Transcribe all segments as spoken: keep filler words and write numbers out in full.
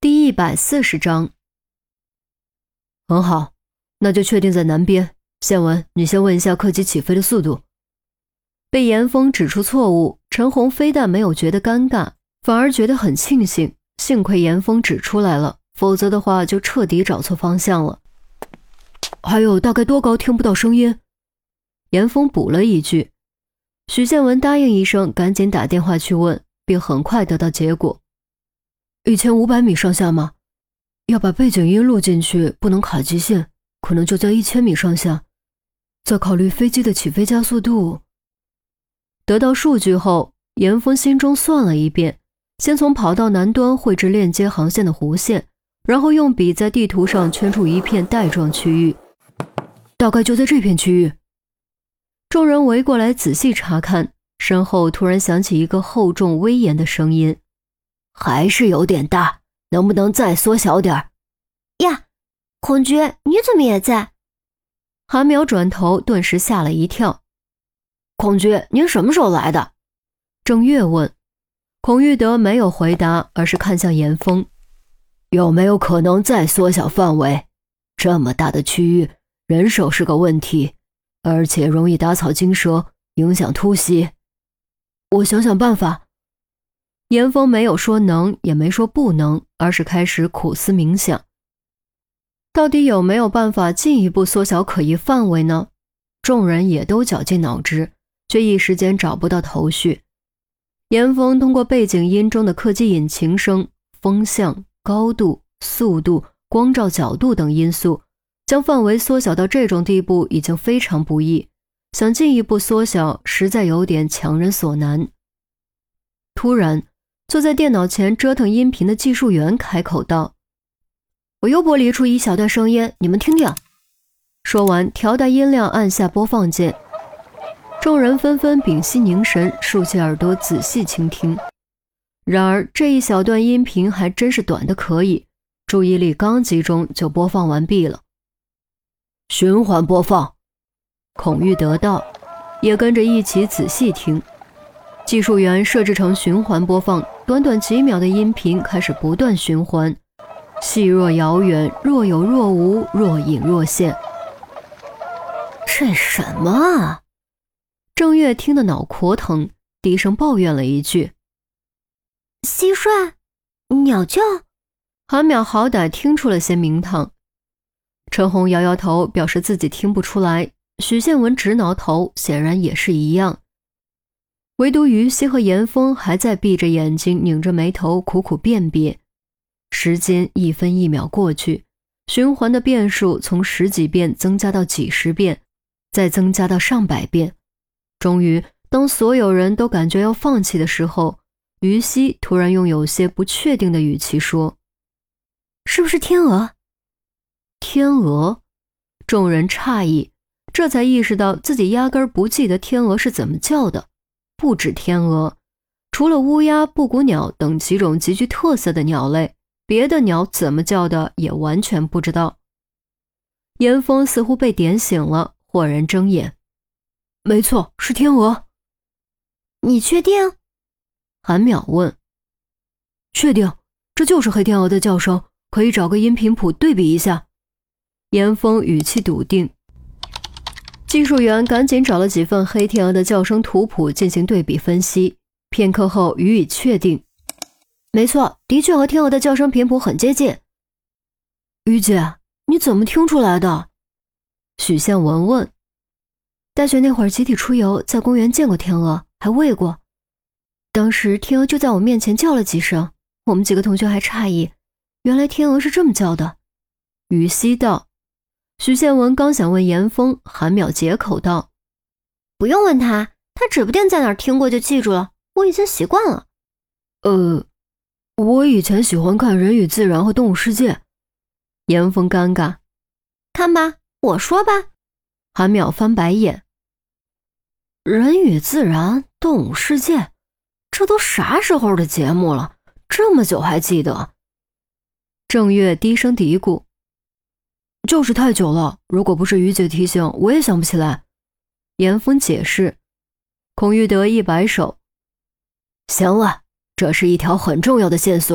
第一百四十章。很好，那就确定在南边。宪文，你先问一下客机起飞的速度。被严峰指出错误，陈红非但没有觉得尴尬，反而觉得很庆幸，幸亏严峰指出来了，否则的话就彻底找错方向了。还有大概多高听不到声音？严峰补了一句。许宪文答应一声，赶紧打电话去问，并很快得到结果。一千五百米上下吗？要把背景音录进去，不能卡极限，可能就在一千米上下。再考虑飞机的起飞加速度。得到数据后，严峰心中算了一遍，先从跑道南端绘制链接航线的弧线，然后用笔在地图上圈出一片带状区域，大概就在这片区域。众人围过来仔细查看，身后突然响起一个厚重威严的声音：还是有点大，能不能再缩小点？ 呀，孔爵，你怎么也在？ 韩淼转头顿时吓了一跳。孔爵，您什么时候来的？郑月问。孔玉德没有回答，而是看向严峰。有没有可能再缩小范围？这么大的区域，人手是个问题，而且容易打草惊蛇，影响突袭。我想想办法。严峰没有说能，也没说不能，而是开始苦思冥想。到底有没有办法进一步缩小可疑范围呢？众人也都绞尽脑汁，却一时间找不到头绪。严峰通过背景音中的客机引擎声、风向、高度、速度、光照角度等因素，将范围缩小到这种地步已经非常不易，想进一步缩小实在有点强人所难。突然，坐在电脑前折腾音频的技术员开口道：我又剥离出一小段声音，你们听听。说完，调大音量，按下播放键。众人纷纷屏息凝神，竖起耳朵仔细倾听。然而这一小段音频还真是短得可以，注意力刚集中就播放完毕了。循环播放。孔玉得到，也跟着一起仔细听。技术员设置成循环播放，短短几秒的音频开始不断循环，细若遥远，若有若无，若隐若现。这什么啊？郑月听得脑壳疼，低声抱怨了一句： 蟋蟀？鸟叫？ 韩淼好歹听出了些名堂。陈红摇摇头，表示自己听不出来。许宪文直挠头，显然也是一样。唯独于西和严峰还在闭着眼睛，拧着眉头，苦苦辨别。时间一分一秒过去，循环的遍数从十几遍增加到几十遍，再增加到上百遍。终于，当所有人都感觉要放弃的时候，于西突然用有些不确定的语气说：是不是天鹅？天鹅？众人诧异，这才意识到自己压根儿不记得天鹅是怎么叫的。不止天鹅，除了乌鸦、布谷鸟等几种极具特色的鸟类，别的鸟怎么叫的也完全不知道。严峰似乎被点醒了，豁然睁眼。没错，是天鹅。 你确定？ 韩淼问。确定，这就是黑天鹅的叫声，可以找个音频谱对比一下。严峰语气笃定。技术员赶紧找了几份黑天鹅的叫声图谱进行对比分析，片刻后予以确定。没错，的确和天鹅的叫声频谱很接近。于姐，你怎么听出来的？许宪文问。大学那会儿集体出游，在公园见过天鹅，还喂过。当时天鹅就在我面前叫了几声，我们几个同学还诧异，原来天鹅是这么叫的。于西道。许宪文刚想问严峰，韩淼解口道： 不用问他，他指不定在哪儿听过就记住了，我已经习惯了。 呃，我以前喜欢看《人与自然》和《动物世界》。严峰尴尬。 看吧，我说吧。 韩淼翻白眼。人与自然，动物世界，这都啥时候的节目了，这么久还记得？郑月低声嘀咕。就是太久了，如果不是于姐提醒，我也想不起来。严峰解释。孔玉德一摆手。行了，这是一条很重要的线索，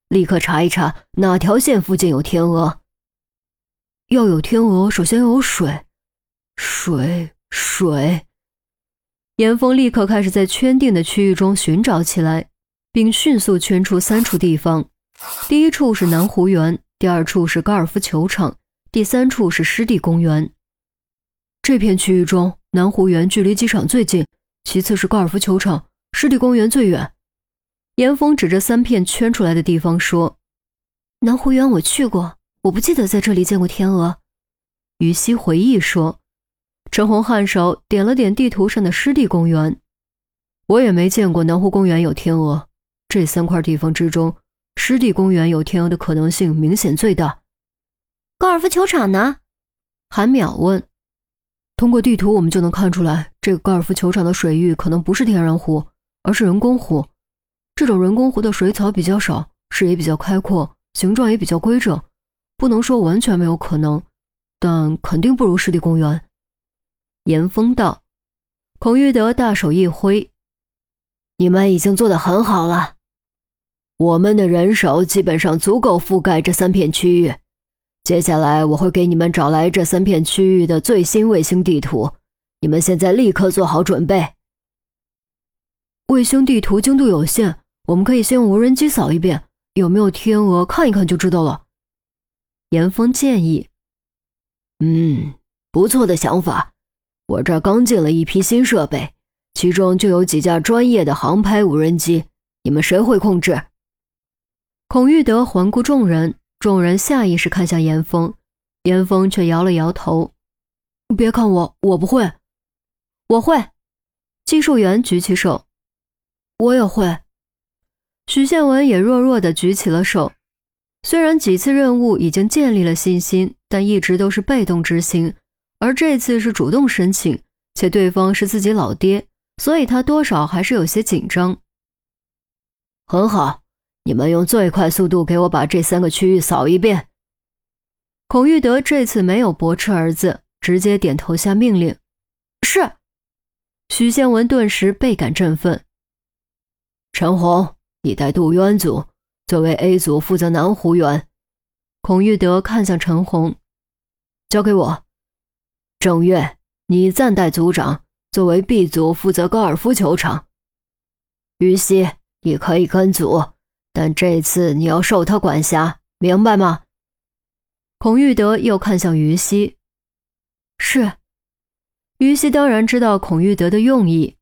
立刻查一查哪条线附近有天鹅。要有天鹅，首先要有水。水，水。严峰立刻开始在圈定的区域中寻找起来，并迅速圈出三处地方。第一处是南湖园，第二处是高尔夫球场，第三处是湿地公园。这片区域中，南湖园距离机场最近，其次是高尔夫球场，湿地公园最远。严峰指着三片圈出来的地方说： 南湖园我去过，我不记得在这里见过天鹅。 于西回忆说。陈红颔首点了点地图上的湿地公园。我也没见过南湖公园有天鹅，这三块地方之中，湿地公园有天鹅的可能性明显最大。 高尔夫球场呢？ 韩淼问。通过地图我们就能看出来，这个高尔夫球场的水域可能不是天然湖，而是人工湖。这种人工湖的水草比较少，视野比较开阔，形状也比较规整，不能说完全没有可能，但肯定不如湿地公园。严峰道。孔玉德大手一挥：你们已经做得很好了，我们的人手基本上足够覆盖这三片区域。接下来我会给你们找来这三片区域的最新卫星地图，你们现在立刻做好准备。卫星地图精度有限，我们可以先用无人机扫一遍，有没有天鹅看一看就知道了。严峰建议。嗯，不错的想法。我这儿刚进了一批新设备，其中就有几架专业的航拍无人机，你们谁会控制？孔玉德环顾众人，众人下意识看向严峰，严峰却摇了摇头。别看我，我不会。 我会。 技术员举起手。我也会。许宪文也弱弱地举起了手。虽然几次任务已经建立了信心，但一直都是被动执行，而这次是主动申请，且对方是自己老爹，所以他多少还是有些紧张。很好，你们用最快速度给我把这三个区域扫一遍。孔玉德这次没有驳斥儿子，直接点头下命令。是。许宪文顿时倍感振奋。陈红，你带杜渊组，作为 A 组负责南湖园。孔玉德看向陈红。交给我。郑月，你暂代组长，作为 B 组负责高尔夫球场。于西，你可以跟组，但这次你要受他管辖，明白吗？孔玉德又看向于西。是。于西当然知道孔玉德的用意，